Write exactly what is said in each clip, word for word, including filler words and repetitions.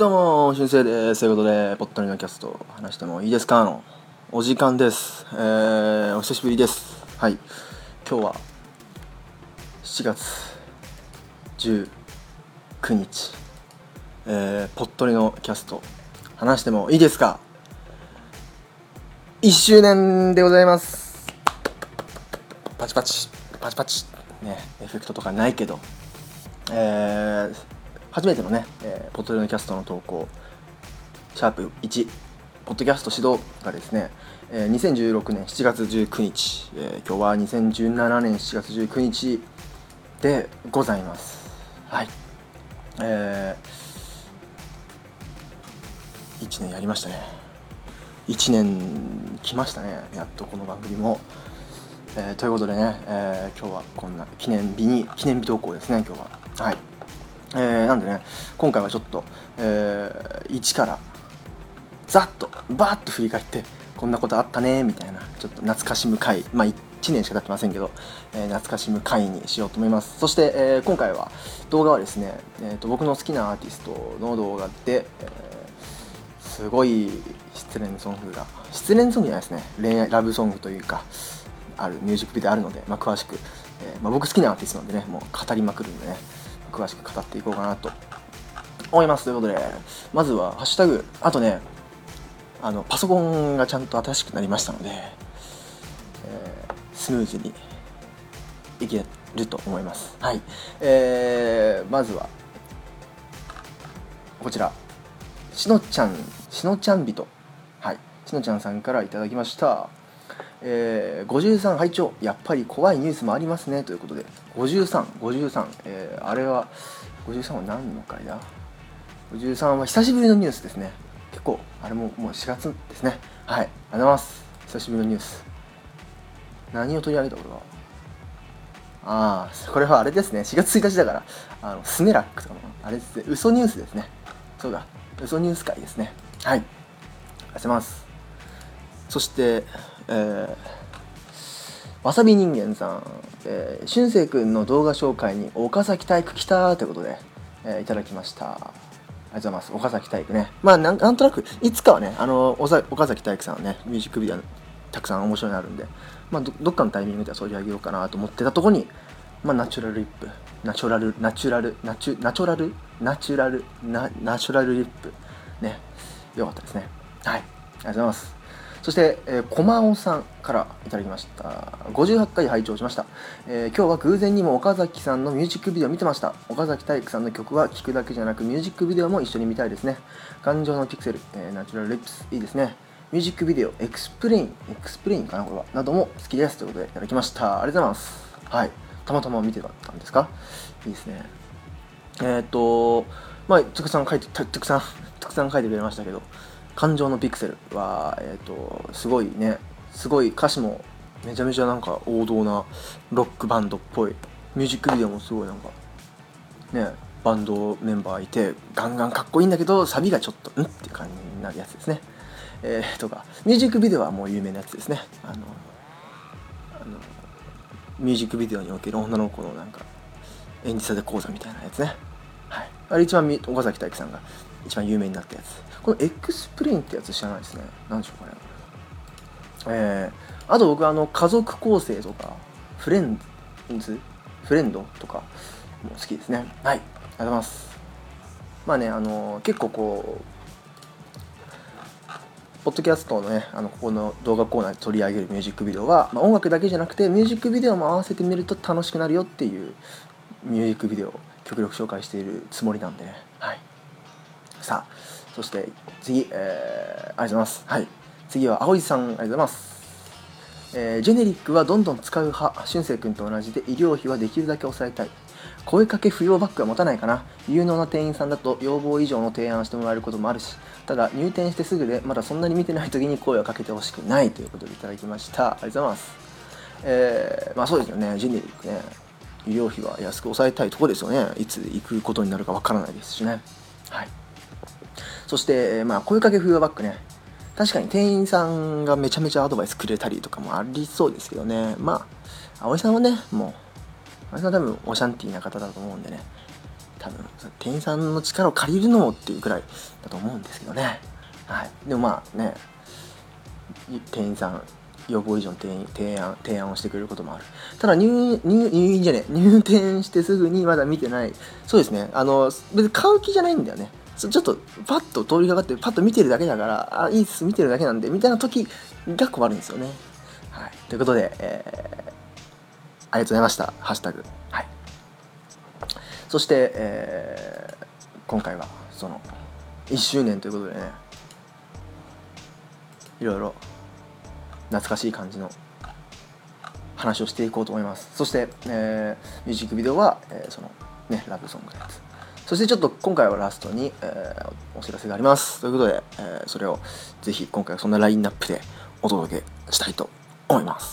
どうも、しゅんせいです。ということで、ぽったりのキャスト話してもいいですかのお時間です。えー、お久しぶりです。はい。今日はしちがつじゅうくにち、えー、ぽっとりのキャスト話してもいいですかいっしゅうねんでございます。パチパチ、パチパチ。ね、エフェクトとかないけど、えー、初めてのね、えー、ポッドキャストのキャストの投稿シャープいちポッドキャスト指導がですね、えー、にせんじゅうろくねんしちがつじゅうくにち、えー、今日はにせんじゅうななねんしちがつじゅうくにちでございます。はい、えー、いちねんやりましたね。いちねん来ましたね、やっとこの番組も。えー、ということでね、えー、今日はこんな記念日に記念日投稿ですね、今日は。はい、えー、なんでね、今回はちょっと、えー、いちからざっとバーッと振り返って、こんなことあったねみたいな、ちょっと懐かしむ回、まあいちねんしか経ってませんけど、えー、懐かしむ回にしようと思います。そして、えー、今回は動画はですね、えー、と僕の好きなアーティストの動画で、えー、すごい失恋ソングが失恋ソングじゃないですね、恋愛ラブソングというかあるミュージックビデオあるので、まあ、詳しく、えーまあ、僕好きなアーティストなんでね、もう語りまくるんでね、詳しく語っていこうかなと思います。ということで、まずはハッシュタグ、あとね、あのパソコンがちゃんと新しくなりましたので、えー、スムーズにいけると思います。はい、えー、まずはこちら、しのちゃんしのちゃん人、はい、しのちゃんさんからいただきました。えー、ごじゅうさん拝聴、やっぱり怖いニュースもありますねということで、ごじゅうさん、ごじゅうさん、えー、あれはごじゅうさんは何の回だ。ごじゅうさんは久しぶりのニュースですね。結構あれももうしがつですね。はい、ありがとうございます。久しぶりのニュース、何を取り上げたことは、ああこれはあれですね、しがつついたちだから、あのスネラックとかのあれですね、嘘ニュースですね。そうだ、嘘ニュース回ですね。はい、ありがとうございます。そして、えー、わさび人間さん、えー、しゅんせいくんの動画紹介に岡崎体育来たということで、えー、いただきました。ありがとうございます。岡崎体育ね、まあなんなんとなくいつかはね、あの岡崎体育さんはね、ミュージックビデオたくさん面白いのあるんで、まあ ど, どっかのタイミングでは取り上げようかなと思ってたところに、まあナチュラルリップ、ナチュラルナチュラルナチュナチュラルナチュラルナナチュラルリップね、よかったですね。はい、ありがとうございます。そして、えー、コマオさんからいただきました。ごじゅうはちかい拝聴しました。えー、今日は偶然にも岡崎さんのミュージックビデオを見てました。岡崎体育さんの曲は聴くだけじゃなくミュージックビデオも一緒に見たいですね。感情のピクセル、えー、ナチュラルリップスいいですね。ミュージックビデオエクスプレインエクスプレインかなこれはなども好きですということでいただきました。ありがとうございます。はい、たまたま見てたんですか。いいですね。えっ、ー、とまあたくさん書いてたくさんたくさん書いてくれましたけど、感情のピクセルは、えー、とすごいね、すごい歌詞もめちゃめちゃなんか王道なロックバンドっぽい、ミュージックビデオもすごいなんかね、バンドメンバーいてガンガンかっこいいんだけどサビがちょっとんっていう感じになるやつですね。えー、とかミュージックビデオはもう有名なやつですね。あのあのミュージックビデオにおける女の子のなんか演じさせ講座みたいなやつね。はい、あれ一番岡崎体育さんが一番有名になったやつ。このエクスプレインってやつ知らないですね。何でしょうかね。えー、あと僕はあの家族構成とかフレンズフレンドとかも好きですね。はい、ありがとうございます。まあね、あのー、結構こうポッドキャストのね、あのここの動画コーナーで取り上げるミュージックビデオは、まあ、音楽だけじゃなくてミュージックビデオも合わせてみると楽しくなるよっていうミュージックビデオを極力紹介しているつもりなんでね。はい、さあそして次、えー、ありがとうございます。はい、次は青井さん、ありがとうございます。えー、ジェネリックはどんどん使う派、しゅんせい君と同じで医療費はできるだけ抑えたい。声かけ不要バッグは持たないかな。有能な店員さんだと要望以上の提案してもらえることもあるし、ただ入店してすぐでまだそんなに見てない時に声をかけてほしくないということでいただきました。ありがとうございます。えー、まあそうですよね、ジェネリックね、医療費は安く抑えたいところですよね。いつ行くことになるかわからないですしね。はい、そして、まあ、声かけ不要バッグね、確かに店員さんがめちゃめちゃアドバイスくれたりとかもありそうですけどね。まあ葵さんはね、もう葵さんは多分オシャンティーな方だと思うんでね、 多分店員さんの力を借りるのもっていうくらいだと思うんですけどね。はい、でもまあね、店員さん要望以上の提案提案をしてくれることもある。ただ入入入院じゃね入店してすぐにまだ見てない。そうですね、あの別に買う気じゃないんだよね。ちょっとパッと通りかかってパッと見てるだけだから、あ、いいっす、見てるだけなんでみたいな時が困るんですよね。はい、ということで、えー、ありがとうございました。ハッシュタグ。はい。そして、えー、今回はそのいっしゅうねんということでね、いろいろ懐かしい感じの話をしていこうと思います。そして、えー、ミュージックビデオは、えー、そのねラブソングのやつ。そしてちょっと今回はラストに、えー、お知らせがあります。ということで、えー、それをぜひ今回はそんなラインナップでお届けしたいと思います。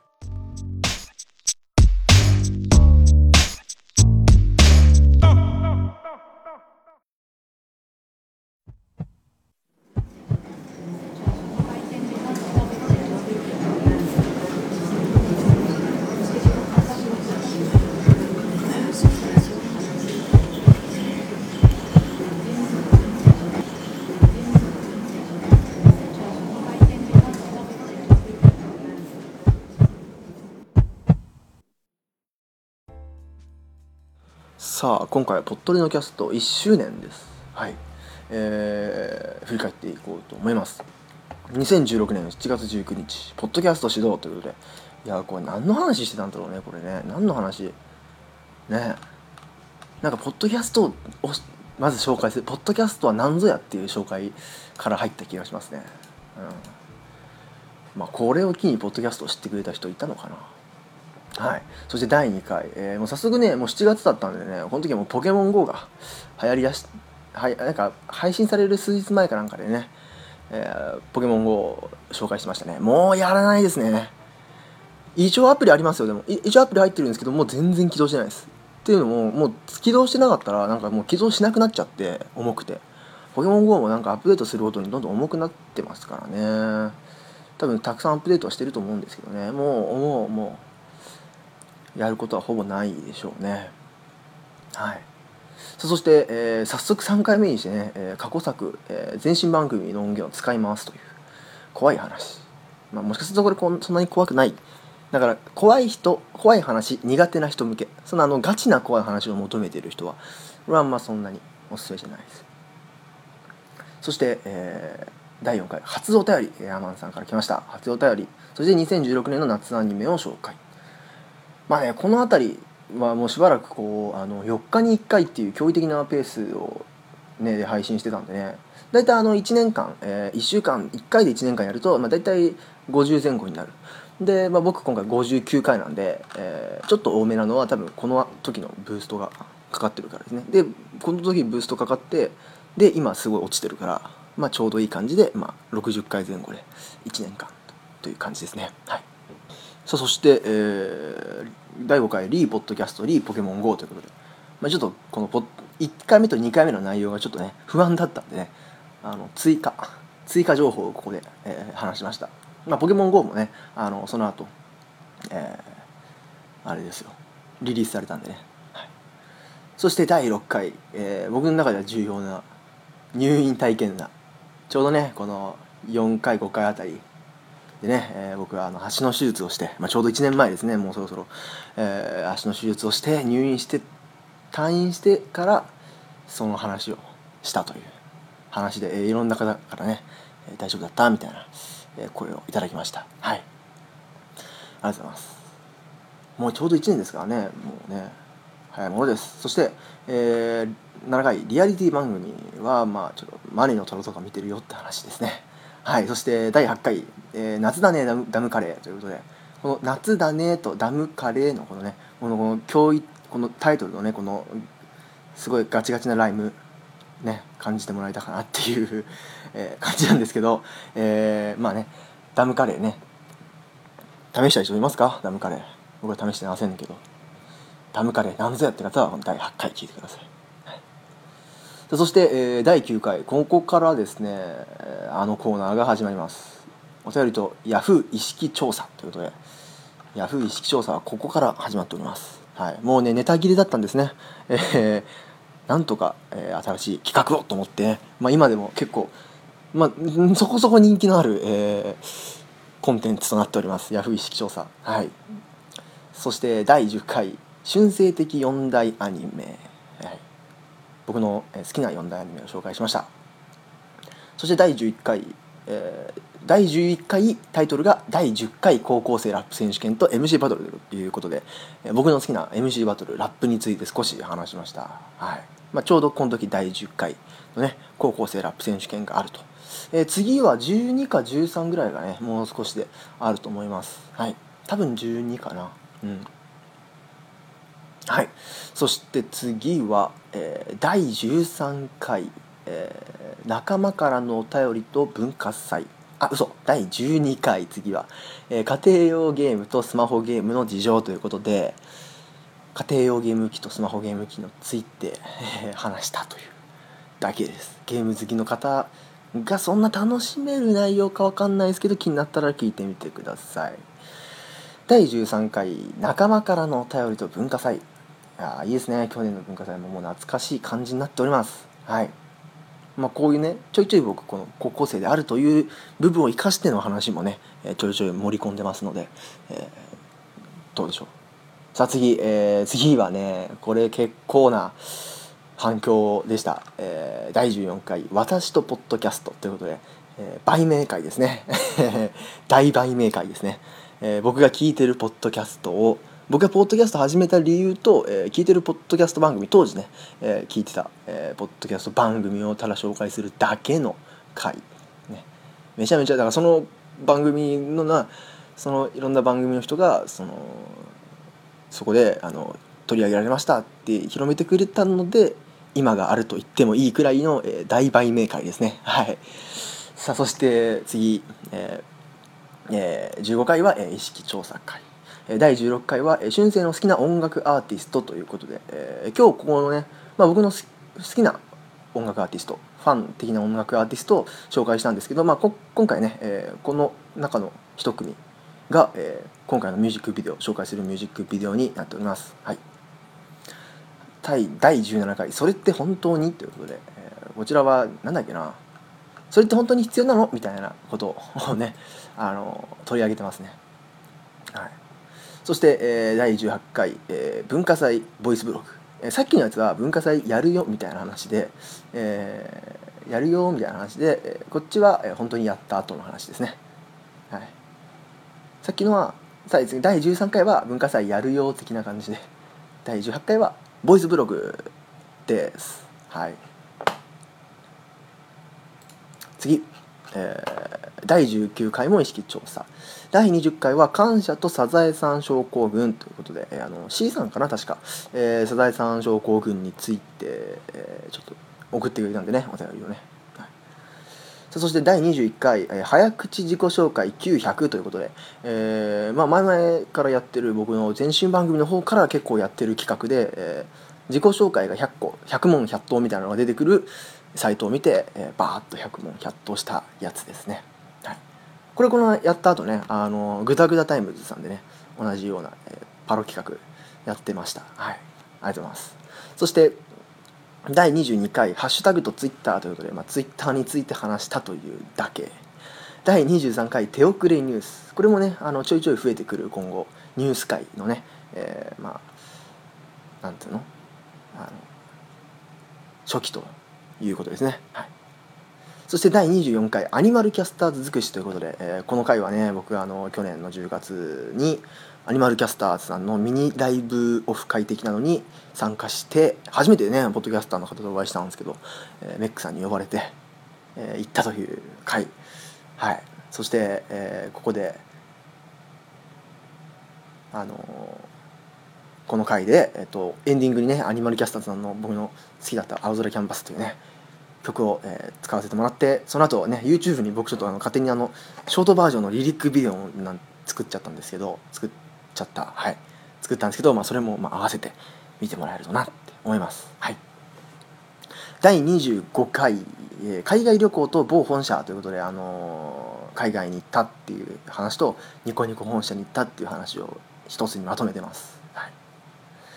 さあ今回はぽっとりのキャストいっしゅうねんです。はい、えー、振り返っていこうと思います。にせんじゅうろくねんしちがつじゅうくにちポッドキャスト始動ということで、いやこれ何の話してたんだろうね。これね何の話ね。なんかポッドキャストをまず紹介する。ポッドキャストは何ぞやっていう紹介から入った気がしますね。うん、まあこれを機にポッドキャストを知ってくれた人いたのかな。はい、そしてだいにかい、えー、もう早速ねもうしちがつだったんでね、この時はもうポケモン ゴー が流行りだし、はい、なんか配信される数日前かなんかでね、えー、ポケモン ゴー を紹介してましたね。もうやらないですね。一応アプリありますよ。でも一応アプリ入ってるんですけどもう全然起動してないです。っていうのももう起動してなかったらなんかもう起動しなくなっちゃって重くて、ポケモン ゴー もなんかアップデートするごとにどんどん重くなってますからね。多分たくさんアップデートはしてると思うんですけどね、もうもうもうやることはほぼないでしょうね。はい。そして、えー、早速さんかいめにしてね、えー、過去作、えー、前身番組の音源を使い回すという怖い話。まあ、もしかするとこれこんそんなに怖くない。だから怖い人、怖い話苦手な人向け、そのあのガチな怖い話を求めている人はこれはあんまそんなにおすすめじゃないです。そして、えー、だいよんかい初お便り、アマンさんから来ました。初お便り。そしてにせんじゅうろくねんの夏アニメを紹介。まあね、この辺りはもうしばらくこうあのよっかにいっかいっていう驚異的なペースを、ね、で配信してたんでね、大体あのいちねんかん、えー、いっしゅうかんいっかいでいちねんかんやると、まあ、大体ごじゅうぜん後になる。で、まあ、僕今回ごじゅうきゅうかいなんで、えー、ちょっと多めなのは多分この時のブーストがかかってるからですね。でこの時ブーストかかってで今すごい落ちてるから、まあ、ちょうどいい感じで、まあ、ろくじゅっかいぜん後でいちねんかんという感じですね。はい。さあそして、えー、だいごかいリーポッドキャストリーポケモン ゴー ということで、まあ、ちょっとこのポいっかいめとにかいめの内容がちょっとね不安だったんでね、あの追加追加情報をここで、えー、話しました。まあ、ポケモン ゴー もねあのその後、えー、あれですよリリースされたんでね、はい、そしてだいろっかい、えー、僕の中では重要な入院体験談、ちょうどねこのよんかいごかいあたりでね、えー、僕はあの足の手術をして、まあ、ちょうどいちねんまえですね。もうそろそろ、えー、足の手術をして入院して退院してからその話をしたという話で、えー、いろんな方からね、えー、大丈夫だったみたいな、えー、声をいただきました。はい、ありがとうございます。もうちょうどいちねんですからね、もうね早いものです。そして、えー、ななかいリアリティ番組はまあちょっとマネのトロとか見てるよって話ですね。はい、そしてだいはちかい、えー、夏だねダムダムカレーということで、この夏だねとダムカレーのこのねこのこの教育このタイトルのねこのすごいガチガチなライムね感じてもらえたかなっていう、えー、感じなんですけど、えー、まあねダムカレーね試した人いますか？ダムカレー僕は試してませんけど、ダムカレーなんぞやって方はだいはちかい聞いてください。そして、えー、だいきゅうかいここからですねあのコーナーが始まります。お便りとヤフー意識調査ということで、ヤフー意識調査はここから始まっております。はい、もうねネタ切れだったんですね。えー、 なんとか、えー、新しい企画をと思ってね、まあ、今でも結構、まあ、そこそこ人気のある、えー、コンテンツとなっております。ヤフー意識調査。はい。そしてだいじゅっかい春生的よん大アニメ、はい、僕の好きなよん大アニメを紹介しました。そしてだいじゅういっかい、えー、だいじゅういっかいタイトルがだいじゅっかい高校生ラップ選手権と エムシー バトルということで、えー、僕の好きな エムシー バトルラップについて少し話しました。はい。まあ、ちょうどこの時だいじゅっかいのね高校生ラップ選手権があると、えー、次はじゅうにかじゅうさんぐらいがねもう少しであると思います。はい。多分じゅうにかな。うん。はい。そして次は、えー、だいじゅうさんかい、えー、仲間からのお便りと文化祭。あ、嘘。だいじゅうにかい次は、えー、家庭用ゲームとスマホゲームの事情ということで、家庭用ゲーム機とスマホゲーム機について、えー、話したというだけです。ゲーム好きの方がそんな楽しめる内容かわかんないですけど、気になったら聞いてみてください。だいじゅうさんかい仲間からのお便りと文化祭。あ、いいですね。去年の文化祭ももう懐かしい感じになっております。はい。まあ、こういうねちょいちょい僕この高校生であるという部分を生かしての話もねちょいちょい盛り込んでますので、えー、どうでしょう。さあ次、えー、次はねこれ結構な反響でした、えー、だいじゅうよんかい私とポッドキャストということで、えー、売名会ですね大売名会ですね、えー、僕が聞いてるポッドキャストを僕がポッドキャスト始めた理由と、えー、聞いてるポッドキャスト番組当時ね、えー、聞いてた、えー、ポッドキャスト番組をただ紹介するだけの回、ね、めちゃめちゃだからその番組のなそのいろんな番組の人がそのそこであの取り上げられましたって広めてくれたので今があると言ってもいいくらいの、えー、大売名会ですね。はい。さあそして次、えーえー、じゅうごかいは、えー、意識調査会、だいじゅうろっかいは、えー、春生の好きな音楽アーティストということで、えー、今日ここのね、まあ、僕の好きな音楽アーティストファン的な音楽アーティストを紹介したんですけど、まあ、こ今回ね、えー、この中の一組が、えー、今回のミュージックビデオ紹介するミュージックビデオになっております。はい。だいじゅうななかいそれって本当にということで、えー、こちらはなんだっけなそれって本当に必要なのみたいなことをねあの取り上げてますね。はい。そして、えー、だいじゅうはちかい、えー、文化祭ボイスブログ、えー、さっきのやつは文化祭やるよみたいな話で、えー、やるよみたいな話で、えー、こっちは、えー、本当にやった後の話ですね。はい。さっきのはさだいじゅうさんかいは文化祭やるよ的な感じで、だいじゅうはちかいはボイスブログです。はい。次、えー、だいじゅうきゅうかいも意識調査、だいにじゅっかいは感謝とサザエさん症候群ということで、えー、あの C さんかな確か、えー、サザエさん症候群について、えー、ちょっと送ってくれたんでねお便りをね、はい、そしてだいにじゅういっかい、えー、早口自己紹介きゅうひゃくということで、えーまあ、前々からやってる僕の前身番組の方から結構やってる企画で、えー、自己紹介がひゃっこひゃく問ひゃっ答みたいなのが出てくるサイトを見て、えー、バーッとひゃく問ひゃっ答したやつですね。はい、これこのやった後ねあのグダグダタイムズさんでね同じような、えー、パロ企画やってました。はい、ありがとうございます。そしてだいにじゅうにかいハッシュタグとツイッターということで、まあ、ツイッターについて話したというだけ。だいにじゅうさんかい手遅れニュース、これもねあのちょいちょい増えてくる今後ニュース界のね、えー、まあなんていうのあの初期ということですね。はい。そしてだいにじゅうよんかいアニマルキャスターズ尽くしということで、えー、この回はね僕あの去年のじゅうがつにアニマルキャスターズさんのミニライブオフ会的なのに参加して初めてねポッドキャスターの方とお会いしたんですけど、えー、メックさんに呼ばれて、えー、行ったという回。はい。そして、えー、ここであのーこの回で、えー、とエンディングにねアニマルキャスターズさんの僕の好きだった青空キャンバスというね曲を、えー、使わせてもらって、その後ね YouTube に僕ちょっとあの勝手にあのショートバージョンのリリックビデオをなん作っちゃったんですけど作っちゃったはい作ったんですけど、まあ、それもまあ合わせて見てもらえるとなって思います。はい。だいにじゅうごかい、えー、海外旅行と某本社ということで、あのー、海外に行ったっていう話とニコニコ本社に行ったっていう話を一つにまとめてます。はい。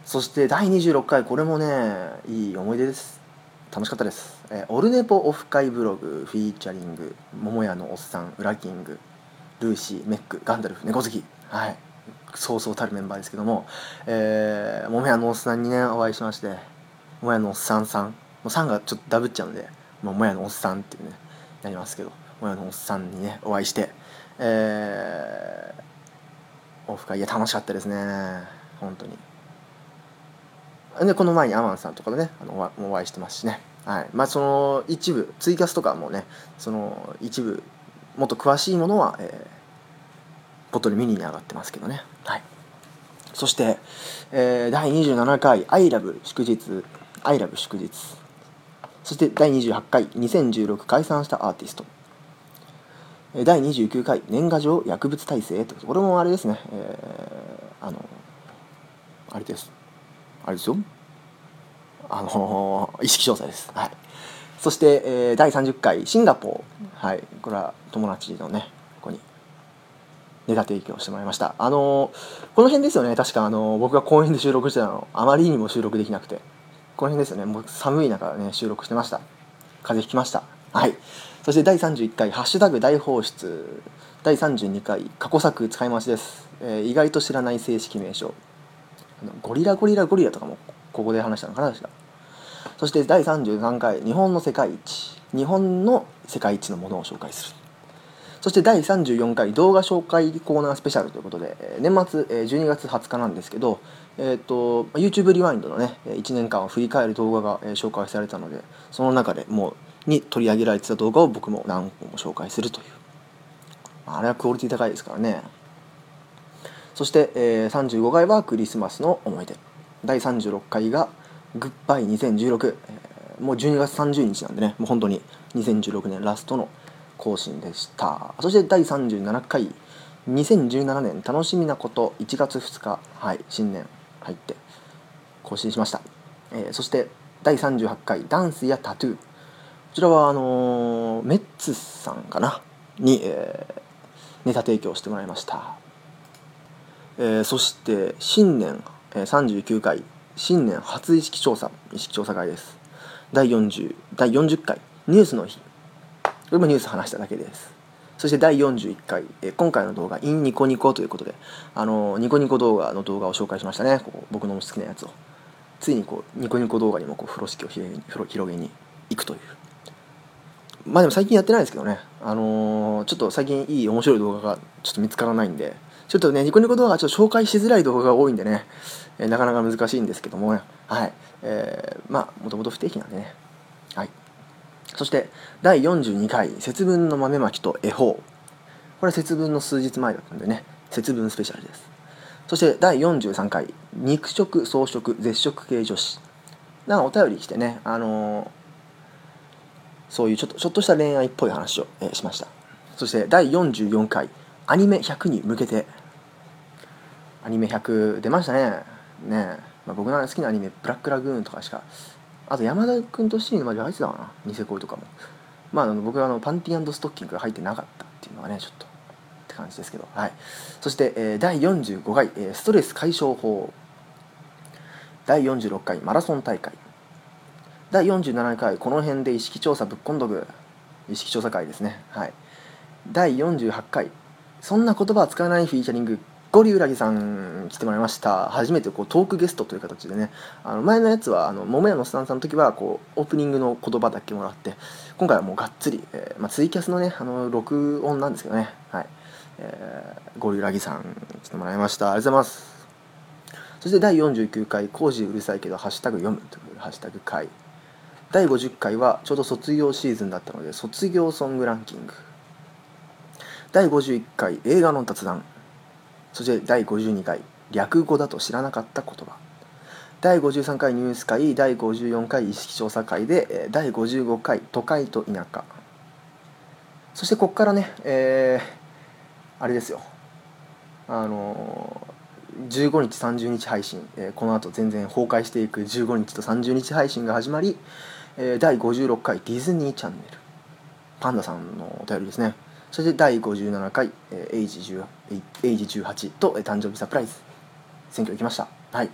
そしてだいにじゅうろっかい、これもねいい思い出です。楽しかったです、えー、オルネポオフ会ブログフィーチャリング桃屋のおっさん、ウラキング、ルーシー、メック、ガンダルフ、猫好き、はい、そうそうたるメンバーですけども、えー、桃屋のおっさんにねお会いしまして、桃屋のおっさんさん、もうさんがちょっとダブっちゃうので桃屋のおっさんっていうねなりますけど、桃屋のおっさんにねお会いして、えー、オフ会、いや楽しかったですね本当に。でこの前にアマンさんとかでねあのお会いしてますしね、はい、まあその一部ツイキャスとかもね、その一部もっと詳しいものは、えー、ポットで見に上がってますけどね、はい、そして、えー、だいにじゅうななかい「アイラブ祝日」「アイラブ祝日」、そしてだいにじゅうはちかいにせんじゅうろく解散したアーティスト、だいにじゅうきゅうかい年賀状薬物耐性、これもあれですね、えー、あのあれですあれですよあのー、意識調査です、はい、そして、えー、だいさんじゅっかいシンガポー、はい、これは友達のねここにネタ提供してもらいました。あのー、この辺ですよね、確か、あのー、僕が公園で収録してたの、あまりにも収録できなくて、この辺ですよね、もう寒い中ね収録してました。風邪ひきました。はい。そしてだいさんじゅういっかいハッシュタグ大放出、だいさんじゅうにかい過去作使い回しです、えー、意外と知らない正式名称、あのゴリラゴリラゴリラとかもここで話したのかな確か。そしてだいさんじゅうさんかい日本の世界一、日本の世界一のものを紹介する。そしてだいさんじゅうよんかい動画紹介コーナースペシャルということで、年末じゅうにがつはつかなんですけど、えー、と YouTube リワインドのねいちねんかんを振り返る動画が紹介されたので、その中でもうに取り上げられてた動画を僕も何個も紹介するという、あれはクオリティ高いですからね。そして、えー、さんじゅうごかいはクリスマスの思い出、だいさんじゅうろっかいがグッバイにせんじゅうろく、えー、もうじゅうにがつさんじゅうにちなんでね、もう本当ににせんじゅうろくねんラストの更新でした。そしてだいさんじゅうななかいにせんじゅうななねん楽しみなこといちがつふつか、はい、新年入って更新しました。えー、そしてだいさんじゅうはちかいダンスやタトゥー、こちらはあのー、メッツさんかなに、えー、ネタ提供してもらいました。えー、そして新年、えー、さんじゅうきゅうかい新年初意識調査意識調査会です。だいよんじゅうだいよんじゅっかいニュースの日、これもニュース話しただけです。そしてだいよんじゅういっかい、えー、今回の動画 in ニコニコということで、あのー、ニコニコ動画の動画を紹介しましたね。ここ僕の好きなやつをついにこうニコニコ動画にもこう風呂敷を広げに広げに行くという。まあでも最近やってないですけどね、あのー、ちょっと最近いい面白い動画がちょっと見つからないんで、ちょっとねニコニコ動画ちょっと紹介しづらい動画が多いんでね、えー、なかなか難しいんですけどもね、はい、えー、まあもともと不定期なんでね、はい。そしてだいよんじゅうにかい節分の豆まきと恵方、これは節分の数日前だったんでね、節分スペシャルです。そしてだいよんじゅうさんかい肉食草食絶食系女子、なんかお便り来てね、あのー、そういうちょっとちょっとした恋愛っぽい話を、えー、しました。そしてだいよんじゅうよんかいアニメひゃくに向けて、アニメひゃく出ましたね。ねえ、まあ、僕の好きなアニメブラックラグーンとかしか、あと山田君とシーンまで入ってたかな、ニセ恋とかも。まあ、あの僕はあのパンティーストッキングが入ってなかったっていうのがねちょっとって感じですけど、はい。そして、えー、だいよんじゅうごかい、えー、ストレス解消法、だいよんじゅうろっかいマラソン大会、だいよんじゅうななかいこの辺で意識調査ぶっこんどく、意識調査会ですね、はい。だいよんじゅうはちかいそんな言葉は使わないフィーチャリングゴリウラギさん来てもらいました。初めてこうトークゲストという形でね、あの前のやつはあの桃屋のスタンさんの時はこうオープニングの言葉だけもらって、今回はもうがっつり、えーまあ、ツイキャスのねあの録音なんですけどね、はい。えー、ゴリウラギさん来てもらいました。ありがとうございます。そしてだいよんじゅうきゅうかい工事うるさいけどハッシュタグ読むというハッシュタグ回、だいごじゅっかいはちょうど卒業シーズンだったので卒業ソングランキング、だいごじゅういっかい映画の雑談、そしてだいごじゅうにかい略語だと知らなかった言葉、だいごじゅうさんかいニュース会、だいごじゅうよんかい意識調査会でだいごじゅうごかい都会と田舎、そしてここからね、えー、あれですよ、あのー、じゅうごにちさんじゅうにち配信、えー、この後全然崩壊していくじゅうごにちとさんじゅうにち配信が始まり、えー、だいごじゅうろっかいディズニーチャンネル、パンダさんのお便りですね。そしてだいごじゅうななかい、えー、エイジじゅうはちと、えー、誕生日サプライズ選挙行きました。はい。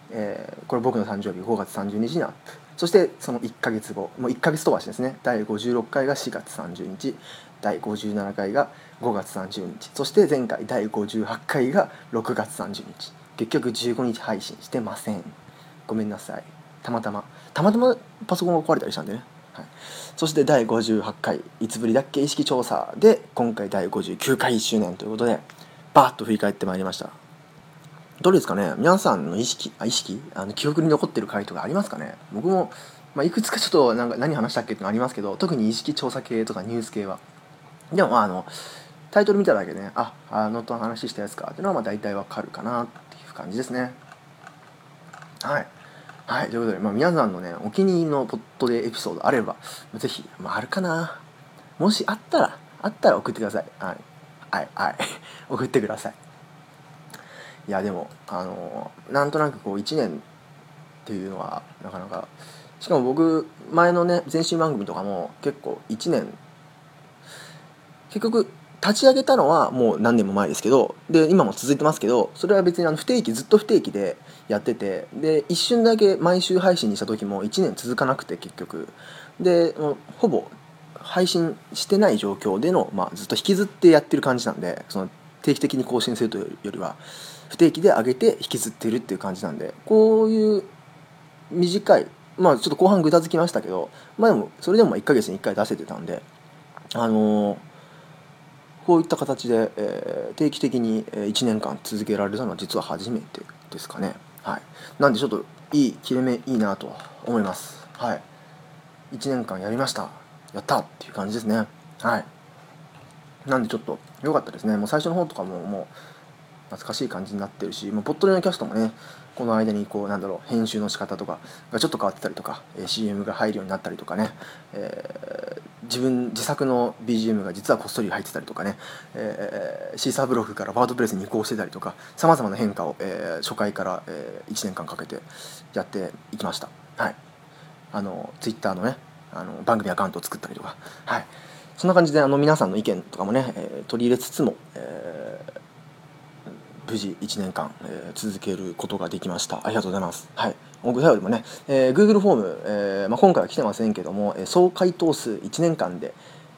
えー、これ僕の誕生日ごがつさんじゅうにちにアップ。そしてそのいっかげつご、もういっかげつ飛ばしですね、だいごじゅうろっかいがしがつさんじゅうにち、だいごじゅうななかいがごがつさんじゅうにち、そして前回だいごじゅうはちかいがろくがつさんじゅうにち。結局じゅうごにち配信してません。ごめんなさい。たまたまたまたまパソコンが壊れたりしたんでね、はい、そしてだいごじゅうはちかいいつぶりだっけ意識調査で、今回だいごじゅうきゅうかいいっしゅうねんということでバーッと振り返ってまいりました。どれですかね、皆さんの意識あ意識あの記憶に残ってる回とかありますかね。僕も、まあ、いくつかちょっとなんか何話したっけってのありますけど、特に意識調査系とかニュース系はでもまああのタイトル見ただけでね、ああのと話したやつかっていうのはまあ大体わかるかなっていう感じですね。はいはい、ということで、まあ、皆さんのねお気に入りのポッドでエピソードあればぜひ、まあ、あるかな、もしあったらあったら送ってください。はいはいはい送ってください。いやでもあのなんとなくこういちねんっていうのはなかなか、しかも僕前のね前身番組とかも結構いちねん結局立ち上げたのはもう何年も前ですけど、で今も続いてますけど、それは別にあの不定期ずっと不定期でやってて、で一瞬だけ毎週配信にした時もいちねん続かなくて結局でもうほぼ配信してない状況での、まあ、ずっと引きずってやってる感じなんで、その定期的に更新するというよりは不定期で上げて引きずってるっていう感じなんで、こういう短い、まあちょっと後半ぐたつきましたけど、まあでもそれでもいっかげつにいっかい出せてたんで、あのー、こういった形で、えー、定期的にいちねんかん続けられたのは実は初めてですかね。はい、なんでちょっといい切れ目いいなと思います。はい、いちねんかんやりました、やったっていう感じですね。はい、なんでちょっと良かったですね。もう最初の方とかももう懐かしい感じになってるし、もうポッドレのキャストもねこの間にこうなんだろう編集の仕方とかがちょっと変わってたりとか、えー、シーエム が入るようになったりとかね、えー、自分自作の ビージーエム が実はこっそり入ってたりとかね、えー、シーサーブログからワードプレスに移行してたりとか、さまざまな変化を、えー、初回から、えー、いちねんかんかけてやっていきました。はい、あの Twitter のねあの番組アカウントを作ったりとか、はい、そんな感じであの皆さんの意見とかもね、えー、取り入れつつも、えー無事いちねんかん、えー、続けることができました。ありがとうございます。はい、お便りもね、えー、Google フォーム、えーまあ、今回は来てませんけども、えー、総回答数いちねんかんで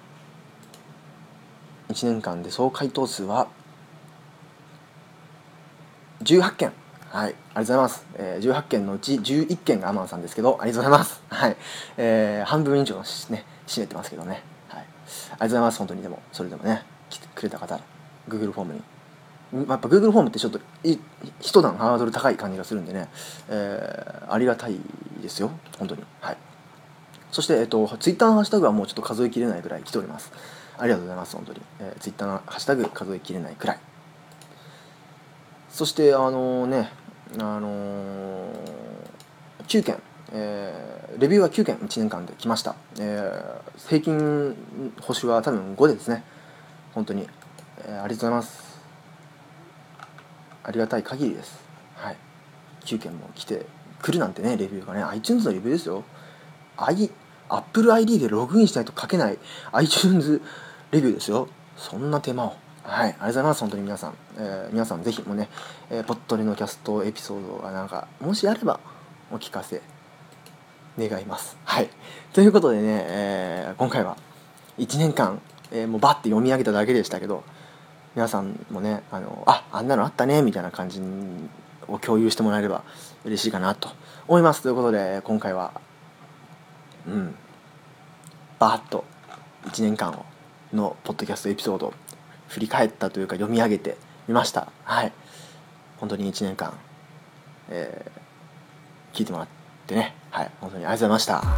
いちねんかんで総回答数はじゅうはっけん。はい、ありがとうございます。えー、じゅうはっけんのうちじゅういっけんがアマンさんですけど、ありがとうございます。はい、えー、半分以上ね占めてますけどね。はい、ありがとうございます。本当にでもそれでもね来てくれた方、Google フォームに。やっぱ Google フォームってちょっと一段ハードル高い感じがするんでね、えー、ありがたいですよ本当に。はい、そして、えっと、Twitter のハッシュタグはもうちょっと数えきれないぐらい来ております。ありがとうございます本当に、えー、Twitter のハッシュタグ数えきれないくらい。そしてあのねあのー、きゅうけん、えー、レビューはきゅうけんいちねんかんで来ました。えー、平均星は多分ごですね本当に、えー、ありがとうございます。ありがたい限りです。はい、きゅうけんも来てくるなんてね、レビューがね iTunes のレビューですよ。 I Apple アイディー でログインしないと書けない iTunes レビューですよ。そんな手間を。はい、ありがとうございます本当に皆さん、えー、皆さんぜひもね、えー、ポットレのキャストエピソードがなんかもしあればお聞かせ願います。はい、ということでね、えー、今回はいちねんかん、えー、もうバッて読み上げただけでしたけど、皆さんもねあのああんなのあったねみたいな感じを共有してもらえれば嬉しいかなと思います。ということで今回はうんバーッといちねんかんのポッドキャストエピソードを振り返ったというか読み上げてみました。はい、本当にいちねんかん、えー、聞いてもらってね、はい本当にありがとうございました。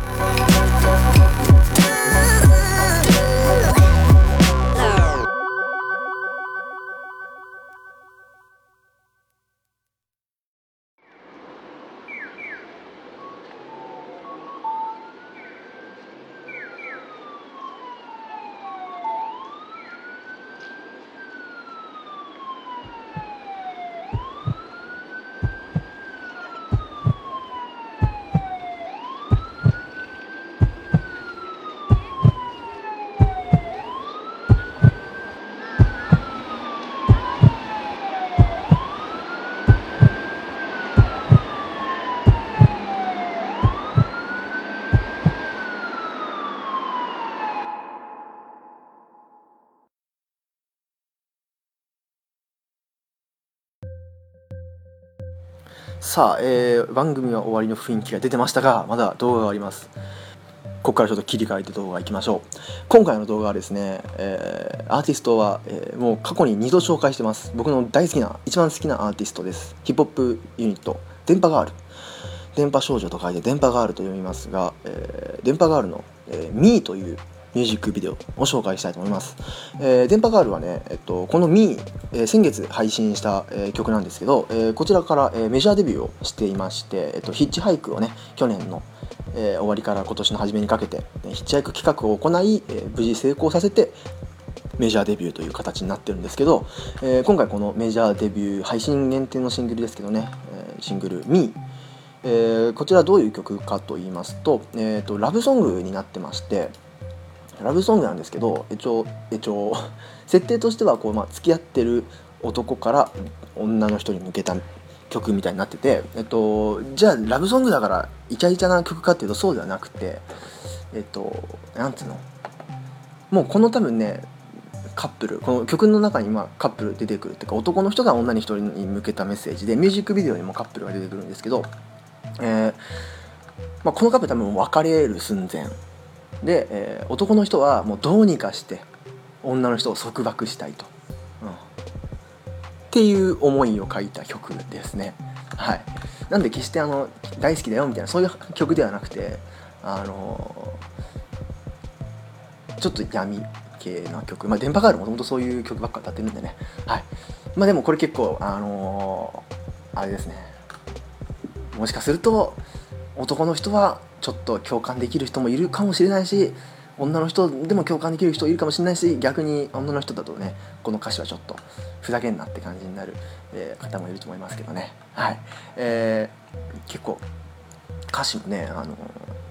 さあ、えー、番組は終わりの雰囲気が出てましたが、まだ動画があります。ここからちょっと切り替えて動画いきましょう。今回の動画はですね、えー、アーティストは、えー、もう過去ににど紹介してます。僕の大好きな一番好きなアーティストです。ヒップホップユニット電波ガール、電波少女と書いて電波ガールと読みますが、えー、電波ガールの、えー、ミーというミュージックビデオを紹介したいと思います。えー、電波ガールはね、えっと、このミー、えー、先月配信した、えー、曲なんですけど、えー、こちらから、えー、メジャーデビューをしていまして、えっと、ヒッチハイクをね去年の、えー、終わりから今年の初めにかけてヒッチハイク企画を行い、えー、無事成功させてメジャーデビューという形になってるんですけど、えー、今回このメジャーデビュー配信限定のシングルですけどね、えー、シングル「ミー」えー、こちらどういう曲かと言いますと、えーと、ラブソングになってまして、ラブソングなんですけど、一応一応設定としてはこう、まあ、付き合ってる男から女の人に向けた曲みたいになってて、えっと、じゃあラブソングだからイチャイチャな曲かっていうとそうではなくて、えっとなんつうの、もうこの多分ねカップル、この曲の中にまあカップル出てくるっていうか、男の人が女に一人に向けたメッセージで、ミュージックビデオにもカップルが出てくるんですけど、えーまあ、このカップル多分別れる寸前で、えー、男の人はもうどうにかして女の人を束縛したいと、うん、っていう思いを書いた曲ですね。はい、なんで決してあの大好きだよみたいなそういう曲ではなくて、あのー、ちょっと闇系な曲、まあ、電波ガールもともとそういう曲ばっか歌ってるんでね、はい、まあでもこれ結構あのー、あれですね、もしかすると男の人はちょっと共感できる人もいるかもしれないし、女の人でも共感できる人いるかもしれないし、逆に女の人だとねこの歌詞はちょっとふざけんなって感じになる、えー、方もいると思いますけどね。はい、えー、結構歌詞もね、あのー、あの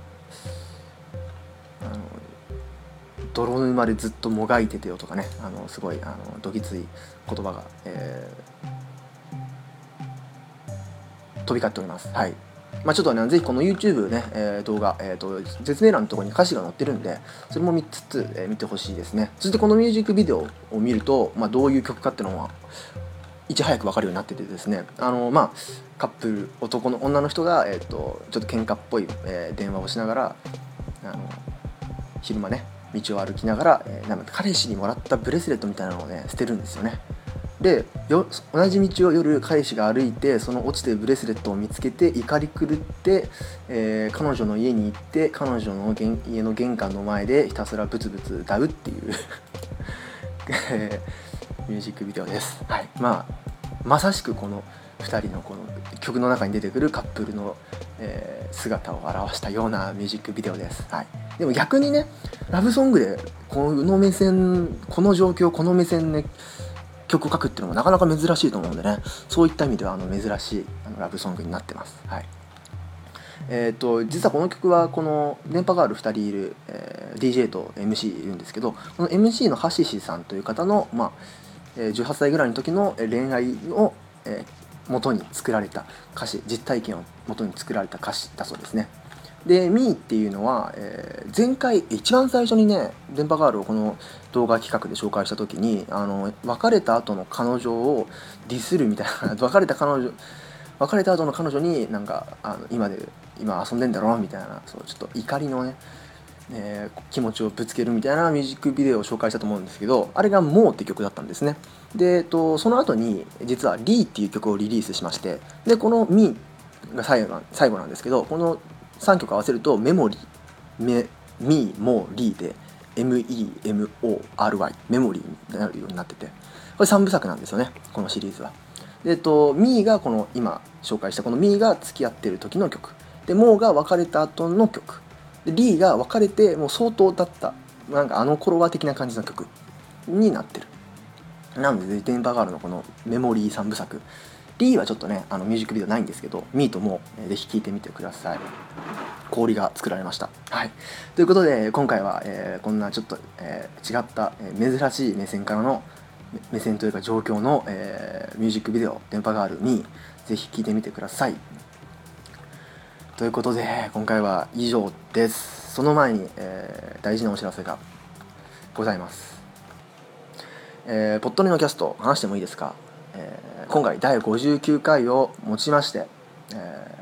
泥沼でずっともがいててよとかね、あのすごいあのどぎつい言葉が、えー、飛び交っております。はい、まあ、ちょっとね、ぜひこの YouTube ね、えー、動画、えーと、説明欄のところに歌詞が載ってるんで、それも見つつ、えー、見てほしいですね。そしてこのミュージックビデオを見ると、まあ、どういう曲かっていうのはいち早く分かるようになっててですね、あのまあカップル、男の女の人が、えーと、ちょっと喧嘩っぽい、えー、電話をしながら、あの昼間ね道を歩きながら、えー、なんか彼氏にもらったブレスレットみたいなのをね捨てるんですよね。でよ同じ道を夜彼氏が歩いて、その落ちてるブレスレットを見つけて怒り狂って、えー、彼女の家に行って彼女の家の玄関の前でひたすらブツブツ歌うっていうミュージックビデオです。はい、まあまさしくこのふたりのこの曲の中に出てくるカップルの、えー、姿を表したようなミュージックビデオです。はい、でも逆にねラブソングでこの目線、この状況、この目線ね曲を書くっていうのもなかなか珍しいと思うんでね、そういった意味ではあの珍しいあのラブソングになってます。はい、えー、と実はこの曲はこの電波ガールふたりいる、えー、ディージェー と エムシー いるんですけど、この エムシー のハシシさんという方の、まあえー、じゅうはっさいぐらいの時の恋愛を、えー、元に作られた歌詞、実体験を元に作られた歌詞だそうですね。で、ミーっていうのは、えー、前回一番最初にね電波ガールをこの動画企画で紹介した時に、あの別れた後の彼女をディスるみたいな別れた彼女別れた後の彼女になんかあの今で今遊んでんだろみたいな、そうちょっと怒りのね、えー、気持ちをぶつけるみたいなミュージックビデオを紹介したと思うんですけど、あれが「モー」って曲だったんですね。で、えっと、その後に実は「リー」っていう曲をリリースしまして、でこの「ミー」が最後な最後なんですけど、このさんきょく合わせるとメモリー、メミー、モー、リーで エムイーエムオーアールワイ メモリーになるようになってて、これさんぶさくなんですよね、このシリーズは。で、えっと、ミーがこの今紹介したこのミーが付き合ってる時の曲で、モーが別れた後の曲で、リーが別れてもう相当経ったなんかあの頃は的な感じの曲になってる。なので電波ガールのこのメモリーさんぶさく、リーはちょっとねあのミュージックビデオないんですけど、ミーともぜひ聴いてみてください。氷が作られました。はい、ということで今回は、えー、こんなちょっと、えー、違った、えー、珍しい目線からの目線というか状況の、えー、ミュージックビデオ電波ガールにぜひ聴いてみてください。ということで今回は以上です。その前に、えー、大事なお知らせがございます。えー、ポッドリのキャスト話してもいいですか？えー、今回だいごじゅうきゅうかいをもちまして、 え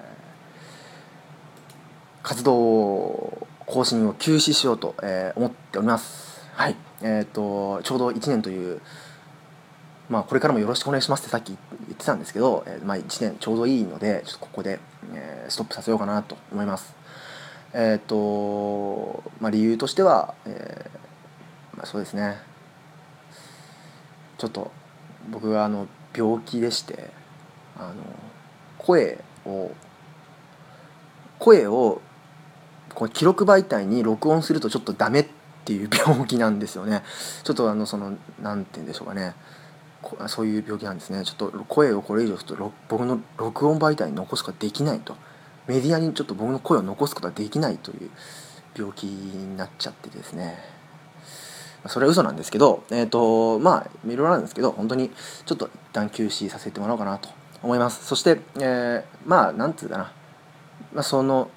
ー、活動更新を休止しようと、えー、思っております。はい。えっ、ー、とちょうどいちねんという、まあこれからもよろしくお願いしますってさっき言ってたんですけど、えー、まあいちねんちょうどいいので、ちょっとここで、えー、ストップさせようかなと思います。えっ、ー、とまあ理由としては、えーまあ、そうですね、ちょっと僕があの病気でして、あの声を声をこう記録媒体に録音するとちょっとダメっていう病気なんですよね。ちょっとあのそのなんて言うんでしょうかね、そういう病気なんですね。ちょっと声をこれ以上ちょっと僕の録音媒体に残すことができないと、メディアにちょっと僕の声を残すことができないという病気になっちゃってですね、それは嘘なんですけど、えっ、ー、とまあいろいろあるんですけど、本当にちょっと一旦休止させてもらおうかなと思います。そして、えー、まあなんつうかな、まあ、その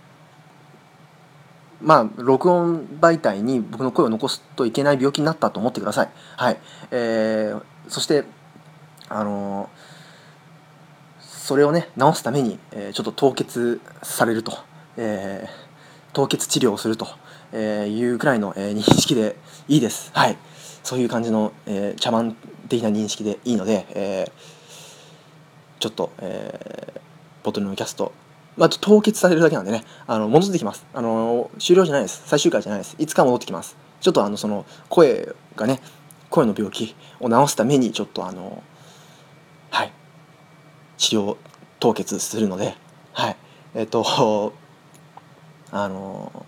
まあ録音媒体に僕の声を残すといけない病気になったと思ってください。はい。えー、そしてあのー、それをね治すために、えー、ちょっと凍結されると、えー、凍結治療をすると、えー、いうくらいの、えー、認識でいいです。はい。そういう感じの、えー、茶番的な認識でいいので、えー、ちょっと、えー、ポッドのキャスト、まあ、凍結されるだけなんでね、あの戻ってきます。あの終了じゃないです。最終回じゃないです。いつか戻ってきます。ちょっとあのその声がね、声の病気を治すためにちょっとあのはい治療凍結するので、はいえっ、ー、とあの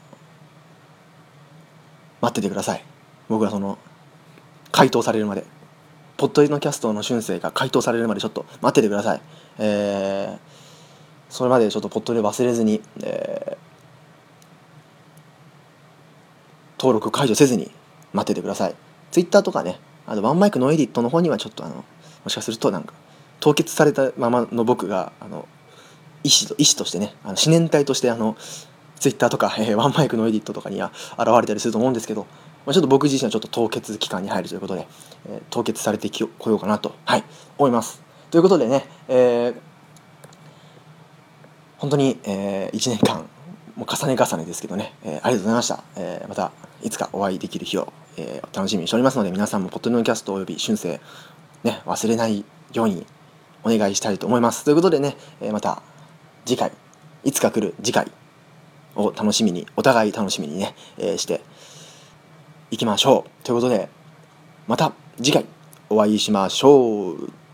待っててください。僕はその回答されるまで、ポッドのキャストの春生が回答されるまでちょっと待っててください。えー、それまでちょっとポッドで忘れずに、えー、登録解除せずに待っててください。ツイッターとかね、あとワンマイクのエディットの方にはちょっとあのもしかするとなんか凍結されたままの僕があの医師と医師としてね、あの思念体としてあのツイッターとか、えー、ワンマイクのエディットとかには現れたりすると思うんですけど、まあ、ちょっと僕自身はちょっと凍結期間に入るということで、えー、凍結されてこようかなと、はい、思います。ということでね、えー、本当に、えー、いちねんかんもう重ね重ねですけどね、えー、ありがとうございました。えー、またいつかお会いできる日を、えー、楽しみにしておりますので、皆さんもポッドのキャストおよび春生、ね、忘れないようにお願いしたいと思います。ということでね、えー、また次回、いつか来る次回を楽しみに、お互い楽しみにね、えー、していきましょう。ということで、また次回お会いしましょう。